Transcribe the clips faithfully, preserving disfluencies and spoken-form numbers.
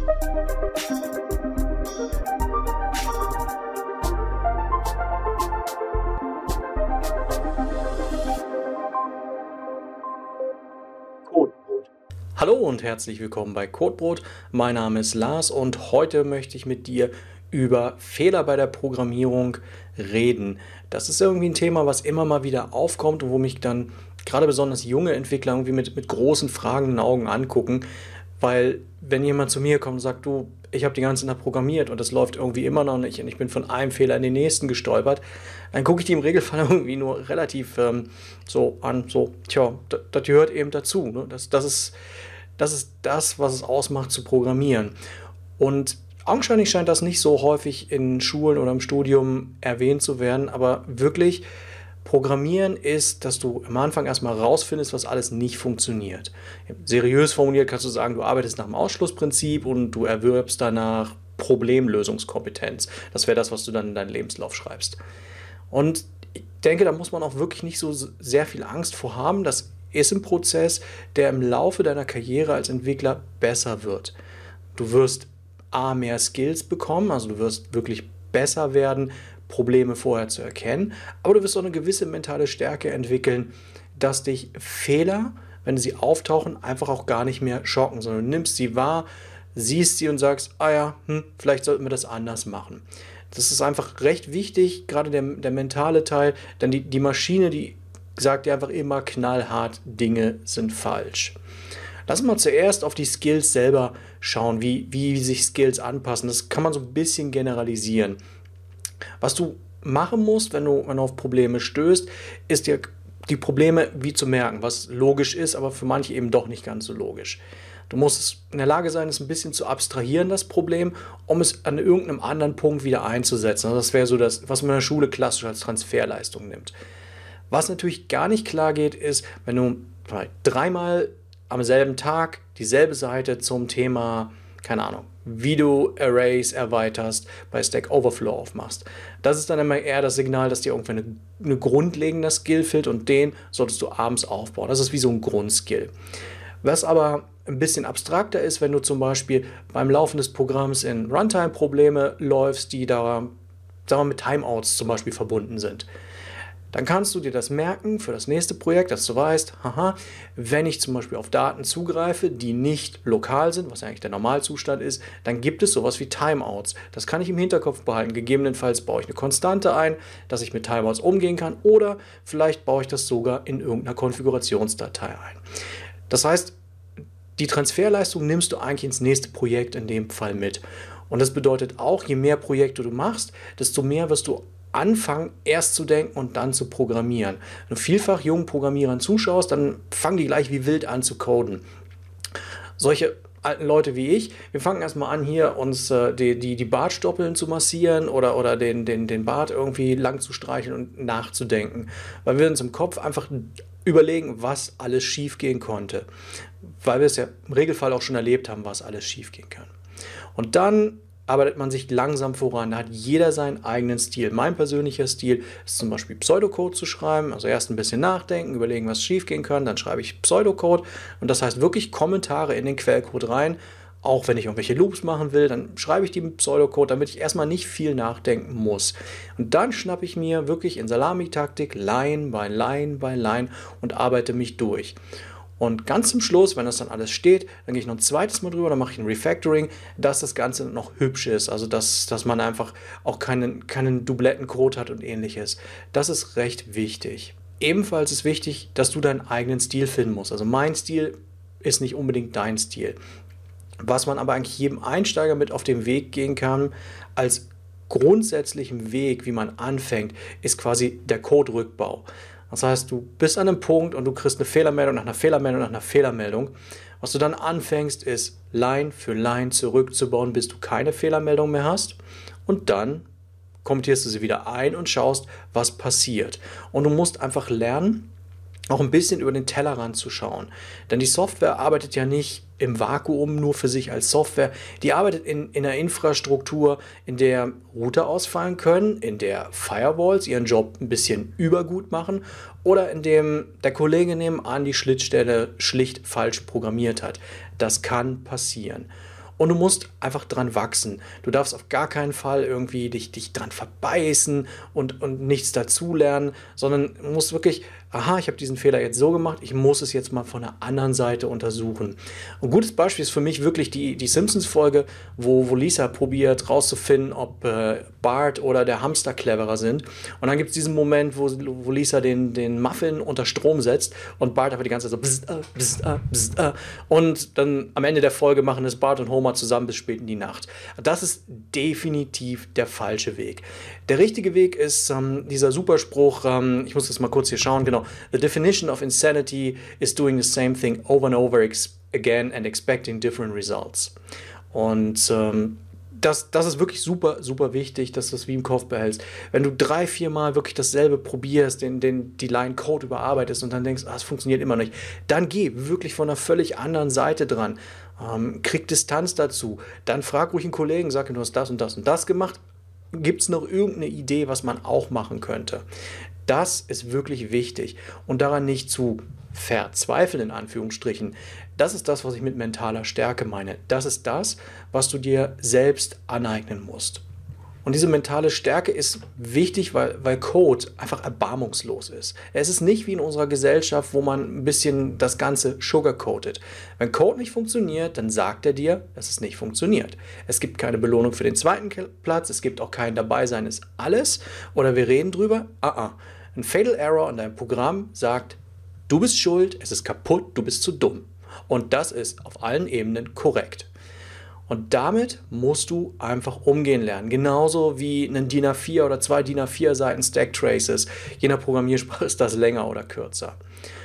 Codebrot. Hallo und herzlich willkommen bei Codebrot. Mein Name ist Lars und heute möchte ich mit dir über Fehler bei der Programmierung reden. Das ist irgendwie ein Thema, was immer mal wieder aufkommt und wo mich dann gerade besonders junge Entwickler irgendwie mit, mit großen fragenden Augen angucken, weil wenn jemand zu mir kommt und sagt, du, ich habe die ganze Zeit programmiert und das läuft irgendwie immer noch nicht und ich bin von einem Fehler in den nächsten gestolpert, dann gucke ich die im Regelfall irgendwie nur relativ ähm, so an, so, tja, das, das gehört eben dazu. Ne? Das, das, ist, das ist das, was es ausmacht zu programmieren. Und augenscheinlich scheint das nicht so häufig in Schulen oder im Studium erwähnt zu werden, aber wirklich Programmieren ist, dass du am Anfang erstmal rausfindest, was alles nicht funktioniert. Seriös formuliert kannst du sagen, du arbeitest nach dem Ausschlussprinzip und du erwirbst danach Problemlösungskompetenz. Das wäre das, was du dann in deinen Lebenslauf schreibst. Und ich denke, da muss man auch wirklich nicht so sehr viel Angst vor haben. Das ist ein Prozess, der im Laufe deiner Karriere als Entwickler besser wird. Du wirst A, mehr Skills bekommen, also du wirst wirklich besser werden, Probleme vorher zu erkennen, aber du wirst auch eine gewisse mentale Stärke entwickeln, dass dich Fehler, wenn sie auftauchen, einfach auch gar nicht mehr schocken, sondern du nimmst sie wahr, siehst sie und sagst, ah ja, hm, vielleicht sollten wir das anders machen. Das ist einfach recht wichtig, gerade der, der mentale Teil, denn die, die Maschine, die sagt dir einfach immer knallhart, Dinge sind falsch. Lass uns mal zuerst auf die Skills selber schauen, wie, wie sich Skills anpassen. Das kann man so ein bisschen generalisieren. Was du machen musst, wenn du, wenn du auf Probleme stößt, ist dir die Probleme wie zu merken, was logisch ist, aber für manche eben doch nicht ganz so logisch. Du musst in der Lage sein, es ein bisschen zu abstrahieren, das Problem, um es an irgendeinem anderen Punkt wieder einzusetzen. Also das wäre so das, was man in der Schule klassisch als Transferleistung nimmt. Was natürlich gar nicht klar geht, ist, wenn du dreimal am selben Tag dieselbe Seite zum Thema, keine Ahnung, wie du Arrays erweiterst, bei Stack Overflow aufmachst. Das ist dann immer eher das Signal, dass dir irgendwann eine, eine grundlegender Skill fehlt und den solltest du abends aufbauen. Das ist wie so ein Grundskill. Was aber ein bisschen abstrakter ist, wenn du zum Beispiel beim Laufen des Programms in Runtime-Probleme läufst, die da, sagen wir mal, mit Timeouts zum Beispiel verbunden sind. Dann kannst du dir das merken für das nächste Projekt, dass du weißt, haha, wenn ich zum Beispiel auf Daten zugreife, die nicht lokal sind, was ja eigentlich der Normalzustand ist, dann gibt es sowas wie Timeouts. Das kann ich im Hinterkopf behalten. Gegebenenfalls baue ich eine Konstante ein, dass ich mit Timeouts umgehen kann, oder vielleicht baue ich das sogar in irgendeiner Konfigurationsdatei ein. Das heißt, die Transferleistung nimmst du eigentlich ins nächste Projekt in dem Fall mit. Und das bedeutet auch, je mehr Projekte du machst, desto mehr wirst du anfangen, erst zu denken und dann zu programmieren. Wenn du vielfach jungen Programmierern zuschaust, dann fangen die gleich wie wild an zu coden. Solche alten Leute wie ich, wir fangen erstmal an, hier uns äh, die, die, die Bartstoppeln zu massieren oder, oder den, den, den Bart irgendwie lang zu streicheln und nachzudenken. Weil wir uns im Kopf einfach überlegen, was alles schief gehen konnte. Weil wir es ja im Regelfall auch schon erlebt haben, was alles schief gehen kann. Und dann arbeitet man sich langsam voran. Da hat jeder seinen eigenen Stil. Mein persönlicher Stil ist zum Beispiel Pseudocode zu schreiben. Also erst ein bisschen nachdenken, überlegen, was schief gehen kann. Dann schreibe ich Pseudocode. Und das heißt wirklich Kommentare in den Quellcode rein. Auch wenn ich irgendwelche Loops machen will, dann schreibe ich die mit Pseudocode, damit ich erstmal nicht viel nachdenken muss. Und dann schnappe ich mir wirklich in Salamitaktik Line by Line by Line und arbeite mich durch. Und ganz zum Schluss, wenn das dann alles steht, dann gehe ich noch ein zweites Mal drüber, dann mache ich ein Refactoring, dass das Ganze noch hübsch ist, also dass, dass man einfach auch keinen, keinen Dublettencode hat und ähnliches. Das ist recht wichtig. Ebenfalls ist wichtig, dass du deinen eigenen Stil finden musst. Also mein Stil ist nicht unbedingt dein Stil. Was man aber eigentlich jedem Einsteiger mit auf den Weg gehen kann, als grundsätzlichen Weg, wie man anfängt, ist quasi der Code-Rückbau. Das heißt, du bist an einem Punkt und du kriegst eine Fehlermeldung nach einer Fehlermeldung nach einer Fehlermeldung. Was du dann anfängst, ist Line für Line zurückzubauen, bis du keine Fehlermeldung mehr hast. Und dann kommentierst du sie wieder ein und schaust, was passiert. Und du musst einfach lernen, auch ein bisschen über den Tellerrand zu schauen. Denn die Software arbeitet ja nicht im Vakuum nur für sich als Software. Die arbeitet in, in einer Infrastruktur, in der Router ausfallen können, in der Firewalls ihren Job ein bisschen übergut machen oder in dem der Kollege nebenan die Schnittstelle schlicht falsch programmiert hat. Das kann passieren. Und du musst einfach dran wachsen. Du darfst auf gar keinen Fall irgendwie dich, dich dran verbeißen und, und nichts dazulernen, sondern du musst wirklich, aha, ich habe diesen Fehler jetzt so gemacht, ich muss es jetzt mal von der anderen Seite untersuchen. Ein gutes Beispiel ist für mich wirklich die, die Simpsons-Folge, wo, wo Lisa probiert rauszufinden, ob äh, Bart oder der Hamster cleverer sind. Und dann gibt es diesen Moment, wo, wo Lisa den, den Muffin unter Strom setzt und Bart einfach die ganze Zeit so bzzt, äh, bzzt, äh, bzzt, äh. Und dann am Ende der Folge machen es Bart und Homer zusammen bis spät in die Nacht. Das ist definitiv der falsche Weg. Der richtige Weg ist ähm, dieser Superspruch, ähm, ich muss das mal kurz hier schauen, genau. The definition of insanity is doing the same thing over and over again and expecting different results. Und ähm, das, das ist wirklich super, super wichtig, dass du das wie im Kopf behältst. Wenn du drei, vier Mal wirklich dasselbe probierst, den, den, die Line Code überarbeitest und dann denkst, ah, es funktioniert immer nicht, dann geh wirklich von einer völlig anderen Seite dran. Ähm, krieg Distanz dazu. Dann frag ruhig einen Kollegen, sag ihm, du hast das und das und das gemacht. Gibt es noch irgendeine Idee, was man auch machen könnte? Das ist wirklich wichtig und daran nicht zu verzweifeln, in Anführungsstrichen. Das ist das, was ich mit mentaler Stärke meine. Das ist das, was du dir selbst aneignen musst. Und diese mentale Stärke ist wichtig, weil, weil Code einfach erbarmungslos ist. Es ist nicht wie in unserer Gesellschaft, wo man ein bisschen das Ganze sugarcoated. Wenn Code nicht funktioniert, dann sagt er dir, dass es nicht funktioniert. Es gibt keine Belohnung für den zweiten Platz, es gibt auch kein Dabeisein ist alles oder wir reden drüber. Ah, ah. Ein Fatal Error in deinem Programm sagt, du bist schuld, es ist kaputt, du bist zu dumm. Und das ist auf allen Ebenen korrekt. Und damit musst du einfach umgehen lernen. Genauso wie ein D I N A vier oder zwei D I N A vier Seiten Stack Traces. Je nach Programmiersprache ist das länger oder kürzer.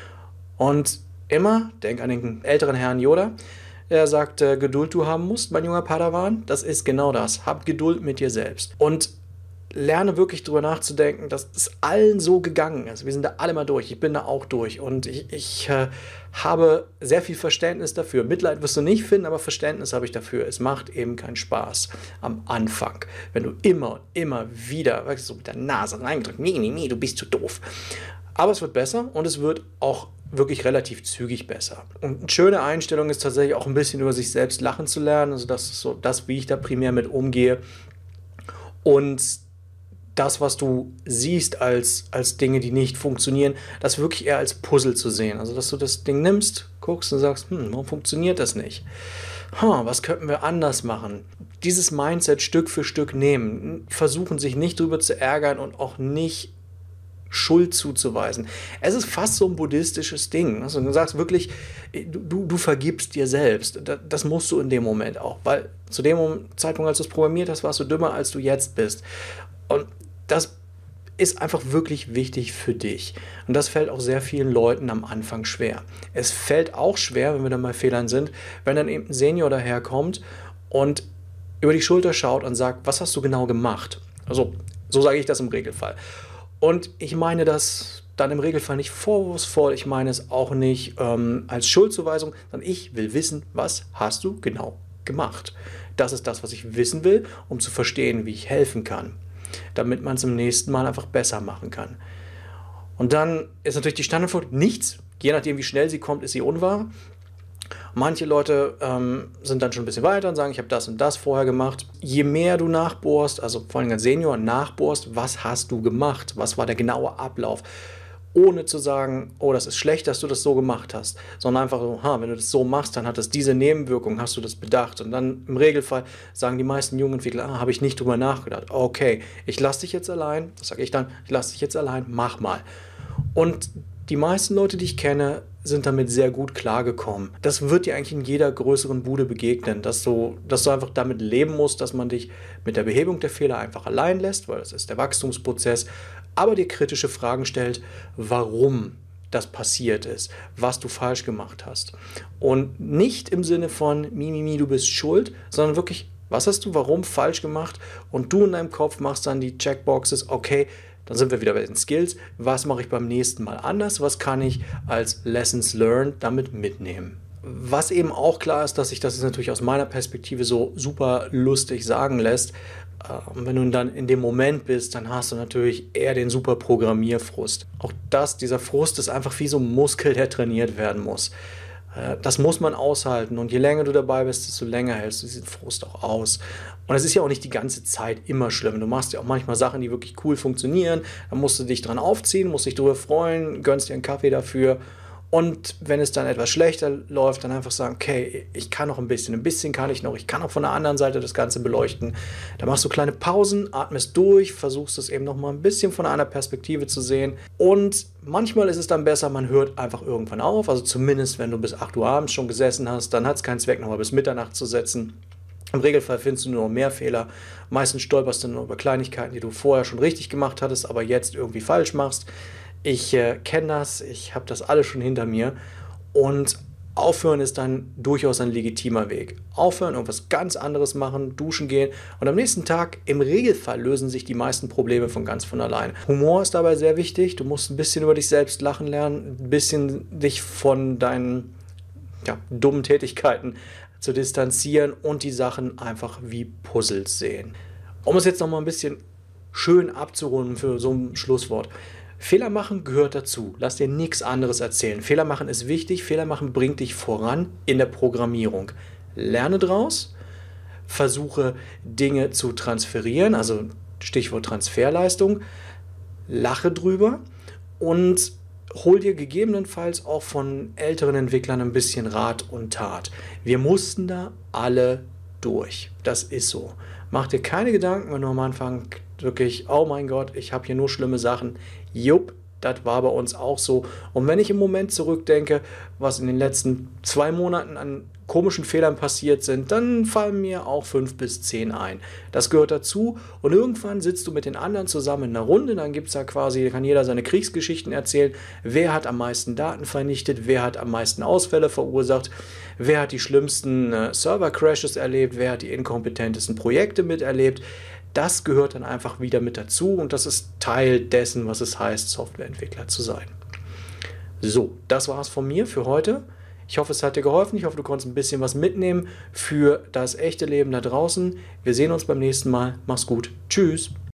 Und immer, denk an den älteren Herrn Yoda, der sagt, äh, Geduld du haben musst, mein junger Padawan. Das ist genau das. Hab Geduld mit dir selbst. Und lerne wirklich drüber nachzudenken, dass es allen so gegangen ist. Wir sind da alle mal durch. Ich bin da auch durch. Und ich, ich äh, habe sehr viel Verständnis dafür. Mitleid wirst du nicht finden, aber Verständnis habe ich dafür. Es macht eben keinen Spaß am Anfang. Wenn du immer und immer wieder, weißt du, so mit der Nase reingedrückt, nee, nee, nee, du bist zu doof. Aber es wird besser und es wird auch wirklich relativ zügig besser. Und eine schöne Einstellung ist tatsächlich auch ein bisschen über sich selbst lachen zu lernen. Also das ist so das, wie ich da primär mit umgehe. Und das, was du siehst als, als Dinge, die nicht funktionieren, das wirklich eher als Puzzle zu sehen. Also, dass du das Ding nimmst, guckst und sagst, hm, warum funktioniert das nicht? Huh, was könnten wir anders machen? Dieses Mindset Stück für Stück nehmen, versuchen sich nicht drüber zu ärgern und auch nicht Schuld zuzuweisen. Es ist fast so ein buddhistisches Ding. Also du sagst wirklich, du, du vergibst dir selbst. Das musst du in dem Moment auch, weil zu dem Zeitpunkt, als du es programmiert hast, warst du dümmer, als du jetzt bist. Und das ist einfach wirklich wichtig für dich. Und das fällt auch sehr vielen Leuten am Anfang schwer. Es fällt auch schwer, wenn wir dann bei Fehlern sind, wenn dann eben ein Senior daherkommt und über die Schulter schaut und sagt, was hast du genau gemacht? Also, so sage ich das im Regelfall. Und ich meine das dann im Regelfall nicht vorwurfsvoll, ich meine es auch nicht ähm, als Schuldzuweisung, sondern ich will wissen, was hast du genau gemacht? Das ist das, was ich wissen will, um zu verstehen, wie ich helfen kann, damit man es im nächsten Mal einfach besser machen kann. Und dann ist natürlich die Standardantwort nichts. Je nachdem, wie schnell sie kommt, ist sie unwahr. Manche Leute ähm, sind dann schon ein bisschen weiter und sagen, ich habe das und das vorher gemacht. Je mehr du nachbohrst, also vor allem als Senior nachbohrst, was hast du gemacht? Was war der genaue Ablauf? Ohne zu sagen, oh, das ist schlecht, dass du das so gemacht hast, sondern einfach so, ha, wenn du das so machst, dann hat das diese Nebenwirkung, hast du das bedacht? Und dann im Regelfall sagen die meisten jungen Entwickler, ah, habe ich nicht drüber nachgedacht. Okay, ich lasse dich jetzt allein, das sage ich dann, ich lasse dich jetzt allein, mach mal. Und die meisten Leute, die ich kenne, sind damit sehr gut klargekommen. Das wird dir eigentlich in jeder größeren Bude begegnen, dass du, dass du einfach damit leben musst, dass man dich mit der Behebung der Fehler einfach allein lässt, weil das ist der Wachstumsprozess, aber dir kritische Fragen stellt, warum das passiert ist, was du falsch gemacht hast. Und nicht im Sinne von, mi, mi, mi, du bist schuld, sondern wirklich, was hast du warum falsch gemacht? Und du in deinem Kopf machst dann die Checkboxes, okay, dann sind wir wieder bei den Skills. Was mache ich beim nächsten Mal anders? Was kann ich als Lessons learned damit mitnehmen? Was eben auch klar ist, dass sich das jetzt natürlich aus meiner Perspektive so super lustig sagen lässt. Und wenn du dann in dem Moment bist, dann hast du natürlich eher den super Programmierfrust. Auch das, dieser Frust ist einfach wie so ein Muskel, der trainiert werden muss. Das muss man aushalten und je länger du dabei bist, desto länger hältst du diesen Frust auch aus. Und es ist ja auch nicht die ganze Zeit immer schlimm. Du machst ja auch manchmal Sachen, die wirklich cool funktionieren. Dann musst du dich dran aufziehen, musst dich drüber freuen, gönnst dir einen Kaffee dafür. Und wenn es dann etwas schlechter läuft, dann einfach sagen, okay, ich kann noch ein bisschen, ein bisschen kann ich noch, ich kann auch von der anderen Seite das Ganze beleuchten. Da machst du kleine Pausen, atmest durch, versuchst es eben noch mal ein bisschen von einer Perspektive zu sehen. Und manchmal ist es dann besser, man hört einfach irgendwann auf. Also zumindest, wenn du bis acht Uhr abends schon gesessen hast, dann hat es keinen Zweck, noch mal bis Mitternacht zu setzen. Im Regelfall findest du nur noch mehr Fehler. Meistens stolperst du nur über Kleinigkeiten, die du vorher schon richtig gemacht hattest, aber jetzt irgendwie falsch machst. Ich äh, kenne das, ich habe das alles schon hinter mir und aufhören ist dann durchaus ein legitimer Weg. Aufhören, irgendwas ganz anderes machen, duschen gehen und am nächsten Tag im Regelfall lösen sich die meisten Probleme von ganz von allein. Humor ist dabei sehr wichtig, du musst ein bisschen über dich selbst lachen lernen, ein bisschen dich von deinen ja, dummen Tätigkeiten zu distanzieren und die Sachen einfach wie Puzzles sehen. Um es jetzt nochmal ein bisschen schön abzurunden für so ein Schlusswort. Fehler machen gehört dazu. Lass dir nichts anderes erzählen. Fehler machen ist wichtig. Fehler machen bringt dich voran in der Programmierung. Lerne draus. Versuche Dinge zu transferieren, also Stichwort Transferleistung. Lache drüber und hol dir gegebenenfalls auch von älteren Entwicklern ein bisschen Rat und Tat. Wir mussten da alle durch. Das ist so. Mach dir keine Gedanken, wenn du am Anfang wirklich, oh mein Gott, ich habe hier nur schlimme Sachen. Jupp, das war bei uns auch so. Und wenn ich im Moment zurückdenke, was in den letzten zwei Monaten an komischen Fehlern passiert sind, dann fallen mir auch fünf bis zehn ein. Das gehört dazu und irgendwann sitzt du mit den anderen zusammen in einer Runde, dann gibt es da quasi, kann jeder seine Kriegsgeschichten erzählen, wer hat am meisten Daten vernichtet, wer hat am meisten Ausfälle verursacht, wer hat die schlimmsten äh, Server-Crashes erlebt, wer hat die inkompetentesten Projekte miterlebt. Das gehört dann einfach wieder mit dazu und das ist Teil dessen, was es heißt, Softwareentwickler zu sein. So, das war es von mir für heute. Ich hoffe, es hat dir geholfen. Ich hoffe, du konntest ein bisschen was mitnehmen für das echte Leben da draußen. Wir sehen uns beim nächsten Mal. Mach's gut. Tschüss.